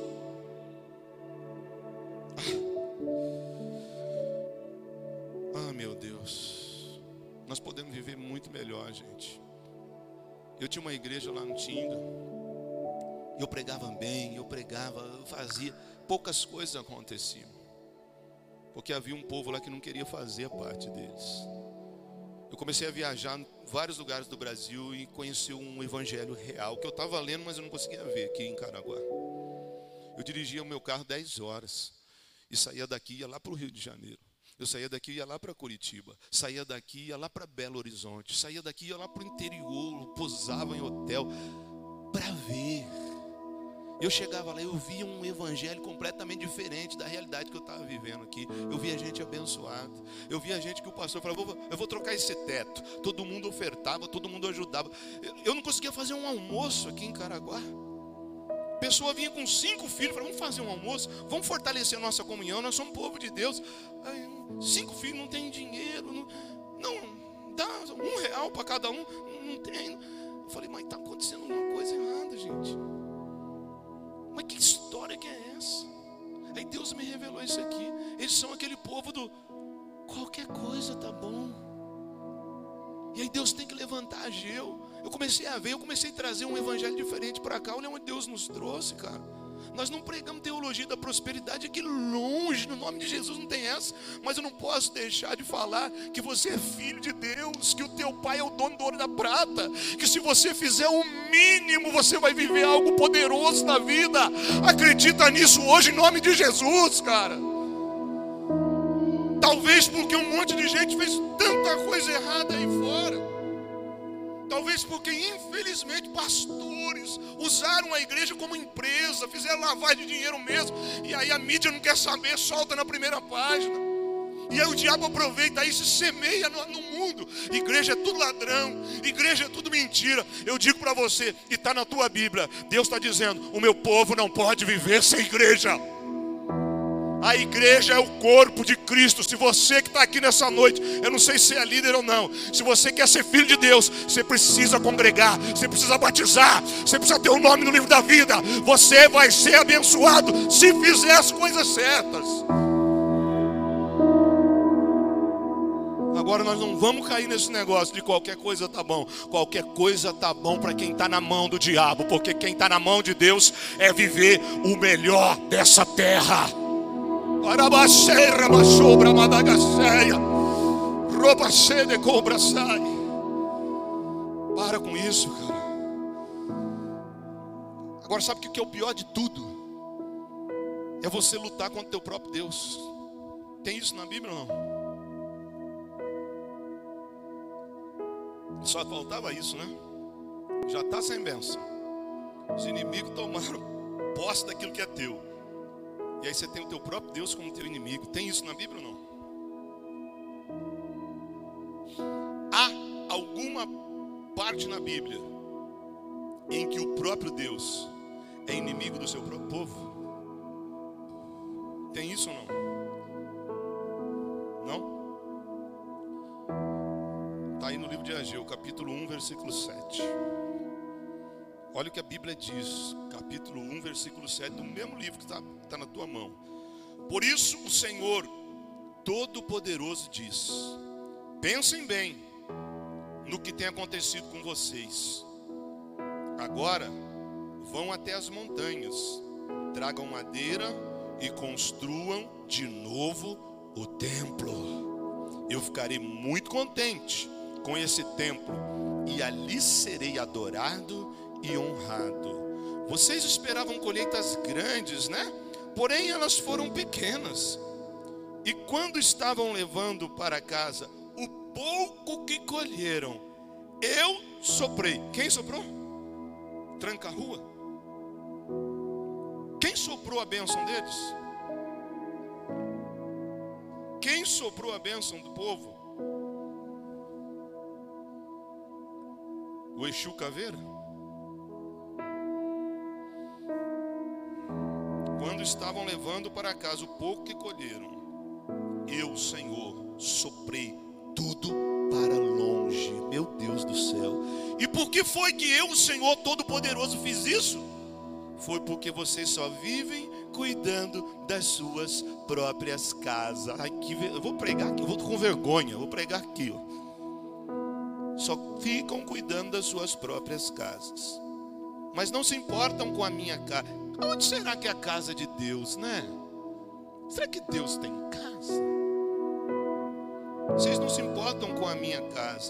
Meu Deus, nós podemos viver muito melhor, gente. Eu tinha uma igreja lá no Tinga, eu pregava bem, eu fazia, poucas coisas aconteciam, porque havia um povo lá que não queria fazer a parte deles. Eu comecei a viajar em vários lugares do Brasil e conheci um evangelho real, que eu estava lendo, mas eu não conseguia ver aqui em Caraguá. Eu dirigia o meu carro 10 horas, e saía daqui e ia lá para o Rio de Janeiro. Eu saía daqui e ia lá para Curitiba, saía daqui e ia lá para Belo Horizonte, saía daqui e ia lá para o interior, pousava em hotel, para ver. Eu chegava lá, eu via um evangelho completamente diferente da realidade que eu estava vivendo aqui. Eu via gente abençoada, eu via gente que o pastor falava: eu vou trocar esse teto. Todo mundo ofertava, todo mundo ajudava. Eu não conseguia fazer um almoço aqui em Caraguá. A pessoa vinha com 5 filhos, falava: vamos fazer um almoço, vamos fortalecer a nossa comunhão, nós somos povo de Deus. Aí, 5 filhos, não tem dinheiro, não dá R$1 para cada um, não tem. Eu falei: mas está acontecendo alguma coisa errada, gente. Mas que história que é essa? Aí Deus me revelou isso aqui. Eles são aquele povo do qualquer coisa tá bom. E aí Deus tem que levantar Ageu. Eu comecei a ver, eu comecei a trazer um evangelho diferente para cá. Olha onde Deus nos trouxe, cara. Nós não pregamos teologia da prosperidade aqui longe, no nome de Jesus não tem essa. Mas eu não posso deixar de falar que você é filho de Deus, que o teu pai é o dono do ouro e da prata, que se você fizer o mínimo, você vai viver algo poderoso na vida. Acredita nisso hoje em nome de Jesus, cara. Talvez porque um monte de gente fez tanta coisa errada aí fora. Talvez porque, infelizmente, pastores usaram a igreja como empresa, fizeram lavagem de dinheiro mesmo, e aí a mídia não quer saber, solta na primeira página. E aí o diabo aproveita isso e semeia no mundo. Igreja é tudo ladrão, igreja é tudo mentira. Eu digo para você, e está na tua Bíblia, Deus está dizendo: o meu povo não pode viver sem igreja. A igreja é o corpo de Cristo. Se você que está aqui nessa noite, eu não sei se é líder ou não, se você quer ser filho de Deus, você precisa congregar, você precisa batizar, você precisa ter o nome no livro da vida. Você vai ser abençoado se fizer as coisas certas. Agora nós não vamos cair nesse negócio de qualquer coisa tá bom. Qualquer coisa tá bom para quem está na mão do diabo, porque quem está na mão de Deus é viver o melhor dessa terra. Para com isso, cara. Agora sabe o que é o pior de tudo? É você lutar contra o teu próprio Deus. Tem isso na Bíblia ou não? Só faltava isso, né? Já está sem bênção. Os inimigos tomaram posse daquilo que é teu. E aí você tem o teu próprio Deus como teu inimigo. Tem isso na Bíblia ou não? Há alguma parte na Bíblia em que o próprio Deus é inimigo do seu próprio povo? Tem isso ou não? Não? Está aí no livro de Ageu, capítulo 1, versículo 7. Olha o que a Bíblia diz, capítulo 1, versículo 7, do mesmo livro que está na tua mão. Por isso o Senhor Todo-Poderoso diz: pensem bem no que tem acontecido com vocês. Agora vão até as montanhas, tragam madeira e construam de novo o templo. Eu ficarei muito contente com esse templo e ali serei adorado e honrado. Vocês esperavam colheitas grandes, né? Porém elas foram pequenas. E quando estavam levando para casa o pouco que colheram, eu soprei. Quem soprou? Tranca-rua. Quem soprou a bênção deles? Quem soprou a bênção do povo? O Exu Caveira? Quando estavam levando para casa o pouco que colheram, eu, Senhor, soprei tudo para longe. Meu Deus do céu. E por que foi que eu, o Senhor Todo-Poderoso, fiz isso? Foi porque vocês só vivem cuidando das suas próprias casas. Ai, eu vou pregar aqui, eu vou com vergonha, vou pregar aqui, ó. Só ficam cuidando das suas próprias casas, mas não se importam com a minha casa. Onde será que é a casa de Deus, né? Será que Deus tem casa? Vocês não se importam com a minha casa,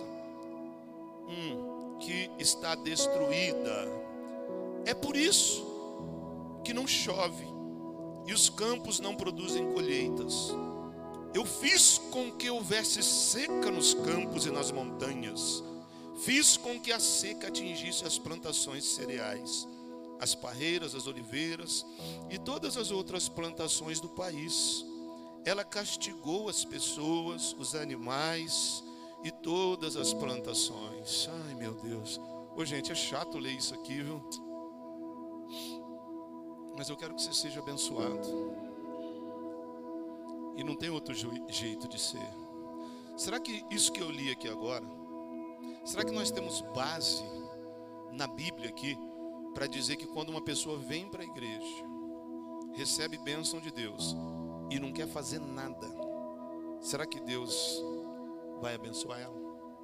que está destruída. É por isso que não chove e os campos não produzem colheitas. Eu fiz com que houvesse seca nos campos e nas montanhas. Fiz com que a seca atingisse as plantações cereais, as parreiras, as oliveiras e todas as outras plantações do país. Ela castigou as pessoas, os animais e todas as plantações. Ai, meu Deus. Ô, gente, é chato ler isso aqui, viu? Mas eu quero que você seja abençoado. E não tem outro jeito de ser. Será que isso que eu li aqui agora, será que nós temos base na Bíblia aqui para dizer que quando uma pessoa vem para a igreja, recebe bênção de Deus e não quer fazer nada, será que Deus vai abençoar ela?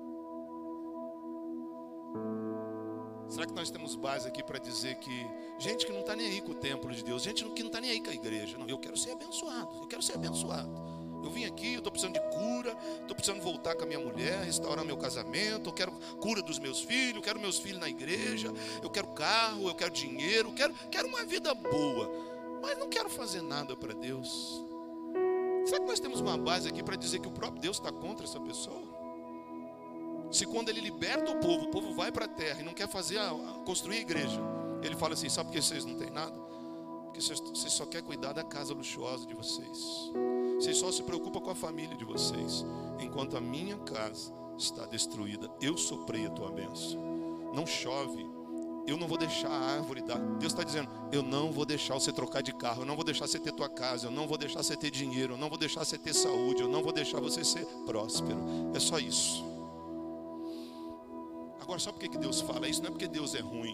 Será que nós temos base aqui para dizer que gente que não está nem aí com o templo de Deus, gente que não está nem aí com a igreja, não, eu quero ser abençoado, eu quero ser abençoado. Eu vim aqui, eu estou precisando de cura, estou precisando voltar com a minha mulher, restaurar meu casamento, eu quero cura dos meus filhos, eu quero meus filhos na igreja, eu quero carro, eu quero dinheiro, quero uma vida boa, mas não quero fazer nada para Deus. Será que nós temos uma base aqui para dizer que o próprio Deus está contra essa pessoa? Se quando ele liberta o povo vai para a terra e não quer construir a igreja, ele fala assim: sabe por que vocês não têm nada? Porque vocês só querem cuidar da casa luxuosa de vocês. Vocês só se preocupam com a família de vocês, enquanto a minha casa está destruída. Eu soprei a tua bênção. Não chove, eu não vou deixar a árvore dar. Deus está dizendo: eu não vou deixar você trocar de carro, eu não vou deixar você ter tua casa, eu não vou deixar você ter dinheiro, eu não vou deixar você ter saúde, eu não vou deixar você ser próspero. É só isso. Agora, sabe por que Deus fala isso? Não é porque Deus é ruim,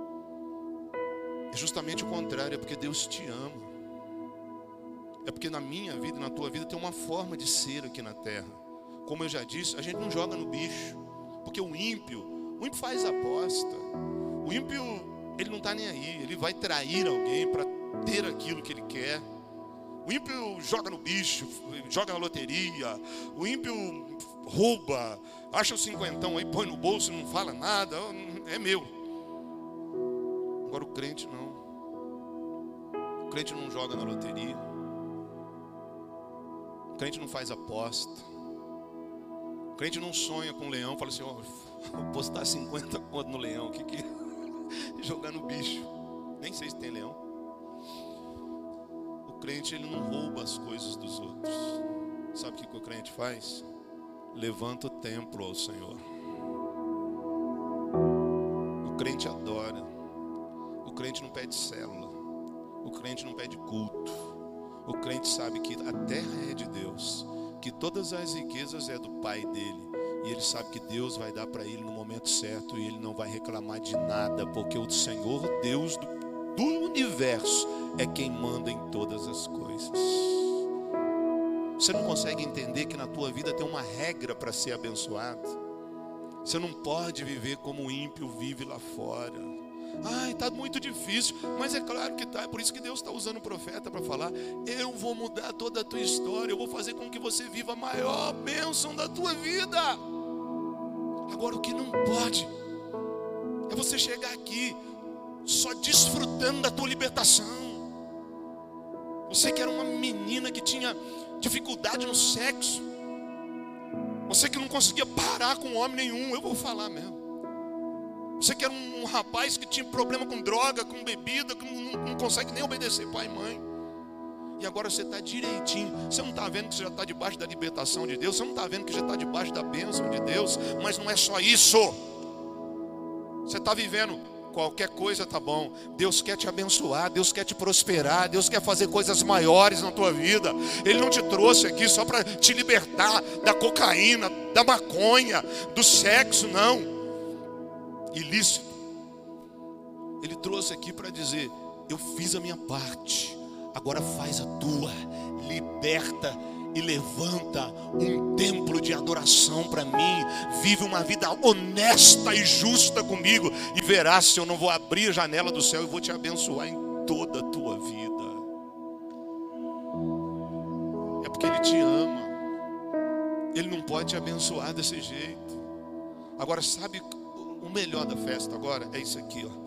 é justamente o contrário, é porque Deus te ama. É porque na minha vida e na tua vida tem uma forma de ser aqui na terra. Como eu já disse, a gente não joga no bicho, porque o ímpio faz aposta. O ímpio, ele não está nem aí, ele vai trair alguém para ter aquilo que ele quer. O ímpio joga no bicho, joga na loteria. O ímpio rouba, acha o cinquentão aí, põe no bolso, não fala nada, é meu. Agora o crente não. O crente não joga na loteria. O crente não faz aposta. O crente não sonha com um leão, fala assim, vou postar 50 conto no leão, jogando bicho. Nem sei se tem leão. O crente, ele não rouba as coisas dos outros. Sabe o que o crente faz? Levanta o templo ao Senhor. O crente adora. O crente não pede célula. O crente não pede culto. O crente sabe que a terra é de Deus, que todas as riquezas é do Pai dele, e ele sabe que Deus vai dar para ele no momento certo, e ele não vai reclamar de nada, porque o Senhor Deus do universo é quem manda em todas as coisas. Você não consegue entender que na tua vida tem uma regra para ser abençoado? Você não pode viver como o ímpio vive lá fora. Ai, está muito difícil, mas é claro que está. É por isso que Deus está usando o profeta para falar: eu vou mudar toda a tua história, eu vou fazer com que você viva a maior bênção da tua vida. Agora, o que não pode é você chegar aqui só desfrutando da tua libertação. Você que era uma menina que tinha dificuldade no sexo, você que não conseguia parar com homem nenhum, eu vou falar mesmo. Você que era um rapaz que tinha problema com droga, com bebida, que não consegue nem obedecer pai e mãe. E agora você está direitinho. Você não está vendo que você já está debaixo da libertação de Deus? Você não está vendo que já está debaixo da bênção de Deus? Mas não é só isso. Você está vivendo, qualquer coisa tá bom. Deus quer te abençoar, Deus quer te prosperar, Deus quer fazer coisas maiores na tua vida. Ele não te trouxe aqui só para te libertar da cocaína, da maconha, do sexo, não. Ilícito. Ele trouxe aqui para dizer: eu fiz a minha parte, agora faz a tua. Liberta e levanta um templo de adoração para mim. Vive uma vida honesta e justa comigo, e verás se eu não vou abrir a janela do céu e vou te abençoar em toda a tua vida. É porque Ele te ama. Ele não pode te abençoar desse jeito. Agora, sabe o melhor da festa agora? É isso aqui, ó.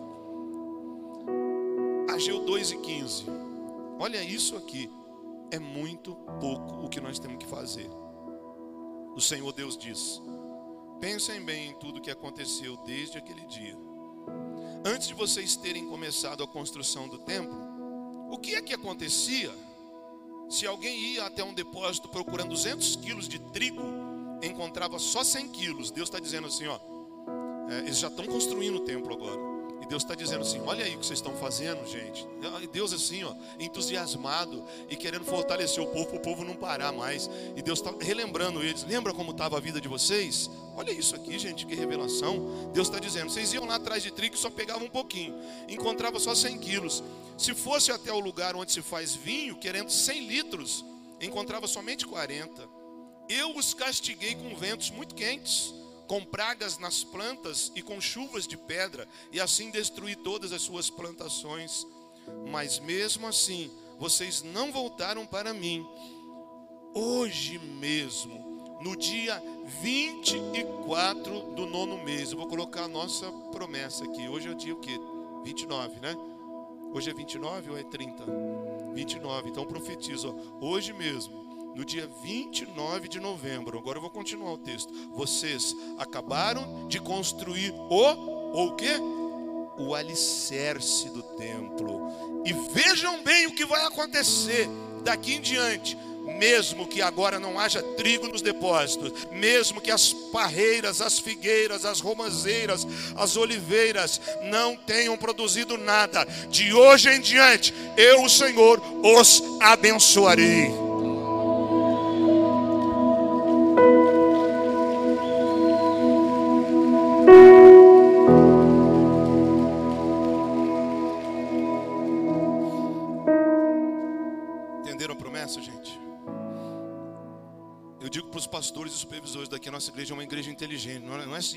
Ageu 2:15. Olha isso aqui. É muito pouco o que nós temos que fazer. O Senhor Deus diz: pensem bem em tudo que aconteceu desde aquele dia. Antes de vocês terem começado a construção do templo, o que é que acontecia? Se alguém ia até um depósito procurando 200 quilos de trigo, encontrava só 100 quilos. Deus está dizendo assim, ó, eles já estão construindo o templo agora. E Deus está dizendo assim: olha aí o que vocês estão fazendo, gente. E Deus assim, ó, entusiasmado e querendo fortalecer o povo, para o povo não parar mais. E Deus está relembrando eles. Lembra como estava a vida de vocês? Olha isso aqui, gente, que revelação. Deus está dizendo: vocês iam lá atrás de trigo e só pegavam um pouquinho, encontrava só 100 quilos. Se fosse até o lugar onde se faz vinho, querendo 100 litros, encontrava somente 40. Eu os castiguei com ventos muito quentes, com pragas nas plantas e com chuvas de pedra, e assim destruí todas as suas plantações. Mas mesmo assim, vocês não voltaram para mim. Hoje mesmo, no dia 24 do 9º mês, eu vou colocar a nossa promessa aqui. Hoje é o dia o quê? 29, né? Hoje é 29 ou é 30? 29, então profetizo, ó, hoje mesmo, no dia 29 de novembro, agora eu vou continuar o texto. Vocês acabaram de construir o quê? O alicerce do templo. E vejam bem o que vai acontecer daqui em diante. Mesmo que agora não haja trigo nos depósitos, mesmo que as parreiras, as figueiras, as romazeiras, as oliveiras não tenham produzido nada, de hoje em diante, eu, o Senhor, os abençoarei. Entenderam a promessa, gente? Eu digo para os pastores e supervisores daqui: a nossa igreja é uma igreja inteligente. Não é assim,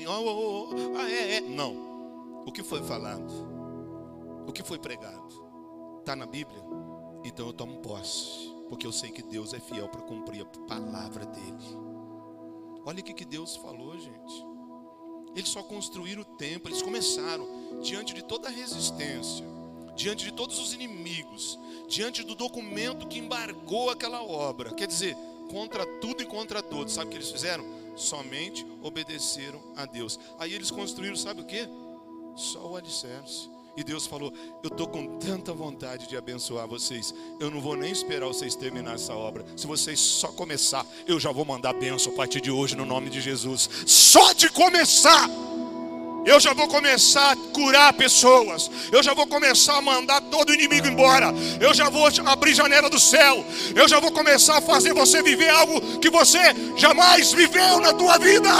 não. O que foi falado, o que foi pregado, está na Bíblia? Então eu tomo posse, porque eu sei que Deus é fiel para cumprir a palavra dele. Olha o que Deus falou, gente. Eles só construíram o templo, eles começaram diante de toda a resistência, diante de todos os inimigos, diante do documento que embargou aquela obra. Quer dizer, contra tudo e contra todos. Sabe o que eles fizeram? Somente obedeceram a Deus. Aí eles construíram, sabe o que? Só o alicerce. E Deus falou: eu estou com tanta vontade de abençoar vocês, eu não vou nem esperar vocês terminar essa obra. Se vocês só começar, eu já vou mandar bênção a partir de hoje, no nome de Jesus. Só de começar, eu já vou começar a curar pessoas. Eu já vou começar a mandar todo inimigo embora. Eu já vou abrir janela do céu. Eu já vou começar a fazer você viver algo que você jamais viveu na tua vida.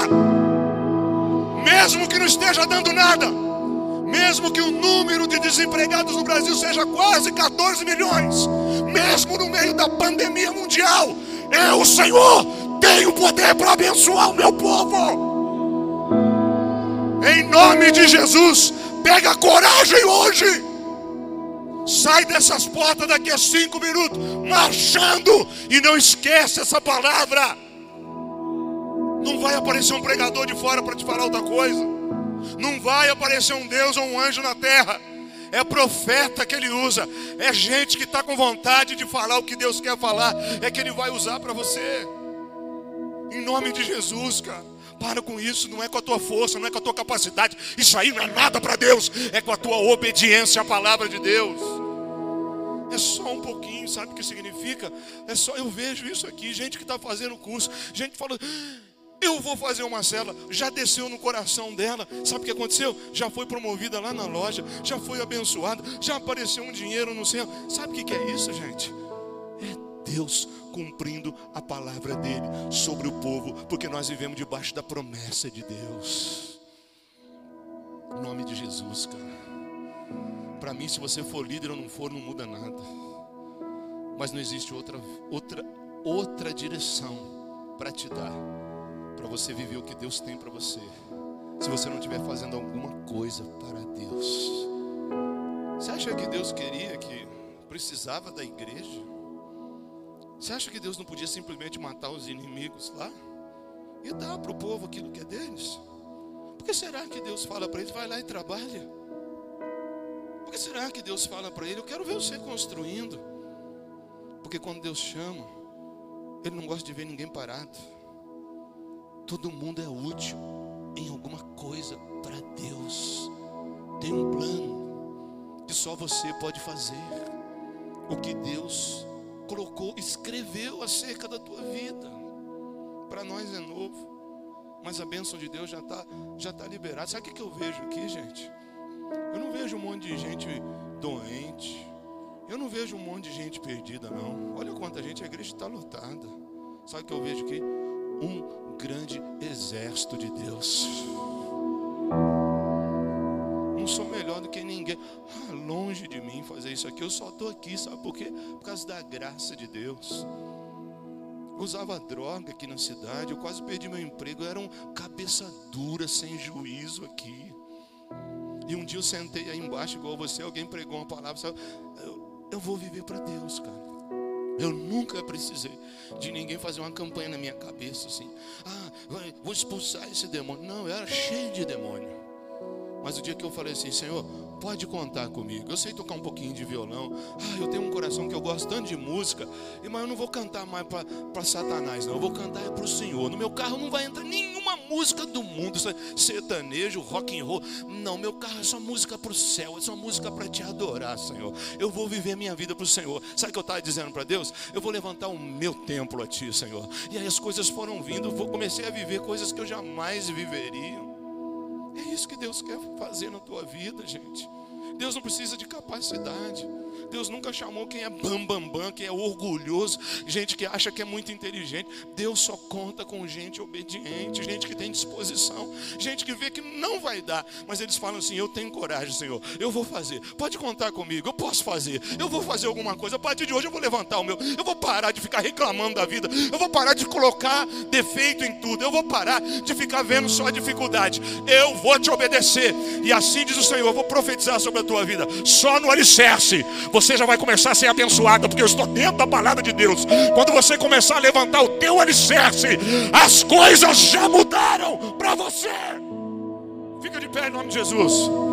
Mesmo que não esteja dando nada, mesmo que o número de desempregados no Brasil seja quase 14 milhões, mesmo no meio da pandemia mundial, eu, Senhor, tenho poder para abençoar o meu povo. Em nome de Jesus, pega coragem hoje. Sai dessas portas daqui a 5 minutos, marchando, e não esquece essa palavra. Não vai aparecer um pregador de fora para te falar outra coisa. Não vai aparecer um Deus ou um anjo na terra. É profeta que ele usa. É gente que está com vontade de falar o que Deus quer falar. É que ele vai usar para você. Em nome de Jesus, cara. Para com isso, não é com a tua força, não é com a tua capacidade. Isso aí não é nada para Deus. É com a tua obediência à palavra de Deus. É só um pouquinho, sabe o que significa? É só, eu vejo isso aqui, gente que está fazendo curso, gente que fala: eu vou fazer uma célula. Já desceu no coração dela. Sabe o que aconteceu? Já foi promovida lá na loja, já foi abençoada, já apareceu um dinheiro no céu. Sabe o que é isso, gente? É Deus cumprindo a palavra dele sobre o povo, porque nós vivemos debaixo da promessa de Deus. Em nome de Jesus, cara. Para mim, se você for líder ou não for, não muda nada. Mas não existe outra direção para te dar, para você viver o que Deus tem para você, se você não estiver fazendo alguma coisa para Deus. Você acha que Deus queria, que precisava da igreja? Você acha que Deus não podia simplesmente matar os inimigos lá e dar para o povo aquilo que é deles? Por que será que Deus fala para eles: vai lá e trabalha? Por que será que Deus fala para ele: eu quero ver você construindo? Porque quando Deus chama, Ele não gosta de ver ninguém parado. Todo mundo é útil em alguma coisa para Deus. Tem um plano que só você pode fazer. O que Deus colocou, escreveu acerca da tua vida. Para nós é novo, mas a bênção de Deus já está liberada. Sabe o que eu vejo aqui, gente? Eu não vejo um monte de gente doente. Eu não vejo um monte de gente perdida, não. Olha quanta gente, a igreja está lotada. Sabe o que eu vejo aqui? Um grande exército de Deus. Não sou melhor do que ninguém. Longe de mim fazer isso aqui. Eu só estou aqui, sabe por quê? Por causa da graça de Deus. Eu usava droga aqui na cidade. Eu quase perdi meu emprego. Eu era um cabeça dura, sem juízo aqui. E um dia eu sentei aí embaixo, igual você. Alguém pregou uma palavra, sabe? Eu vou viver para Deus, cara. Eu nunca precisei de ninguém fazer uma campanha na minha cabeça assim: vou expulsar esse demônio. Não, eu era cheio de demônio. Mas o dia que eu falei assim: Senhor, pode contar comigo. Eu sei tocar um pouquinho de violão. Eu tenho um coração que eu gosto tanto de música. Mas eu não vou cantar mais para Satanás, não. Eu vou cantar para o Senhor. No meu carro não vai entrar nenhuma música do mundo, sertanejo, rock and roll. Não, meu carro é só música para o céu. É só música para te adorar, Senhor. Eu vou viver minha vida para o Senhor. Sabe o que eu estava dizendo para Deus? Eu vou levantar o meu templo a ti, Senhor. E aí as coisas foram vindo. Eu comecei a viver coisas que eu jamais viveria. É isso que Deus quer fazer na tua vida, gente. Deus não precisa de capacidade. Deus nunca chamou quem é bam, quem é orgulhoso, gente que acha que é muito inteligente. Deus só conta com gente obediente, gente que tem disposição, gente que vê que não vai dar, mas eles falam assim: eu tenho coragem, Senhor, eu vou fazer, pode contar comigo, eu posso fazer, eu vou fazer alguma coisa. A partir de hoje eu vou levantar o meu, eu vou parar de ficar reclamando da vida, eu vou parar de colocar defeito em tudo, eu vou parar de ficar vendo só a dificuldade. Eu vou te obedecer, e assim diz o Senhor: eu vou profetizar sobre a tua vida. Só no alicerce você já vai começar a ser abençoado, porque eu estou dentro da palavra de Deus. Quando você começar a levantar o teu alicerce, as coisas já mudaram para você. Fica de pé em nome de Jesus.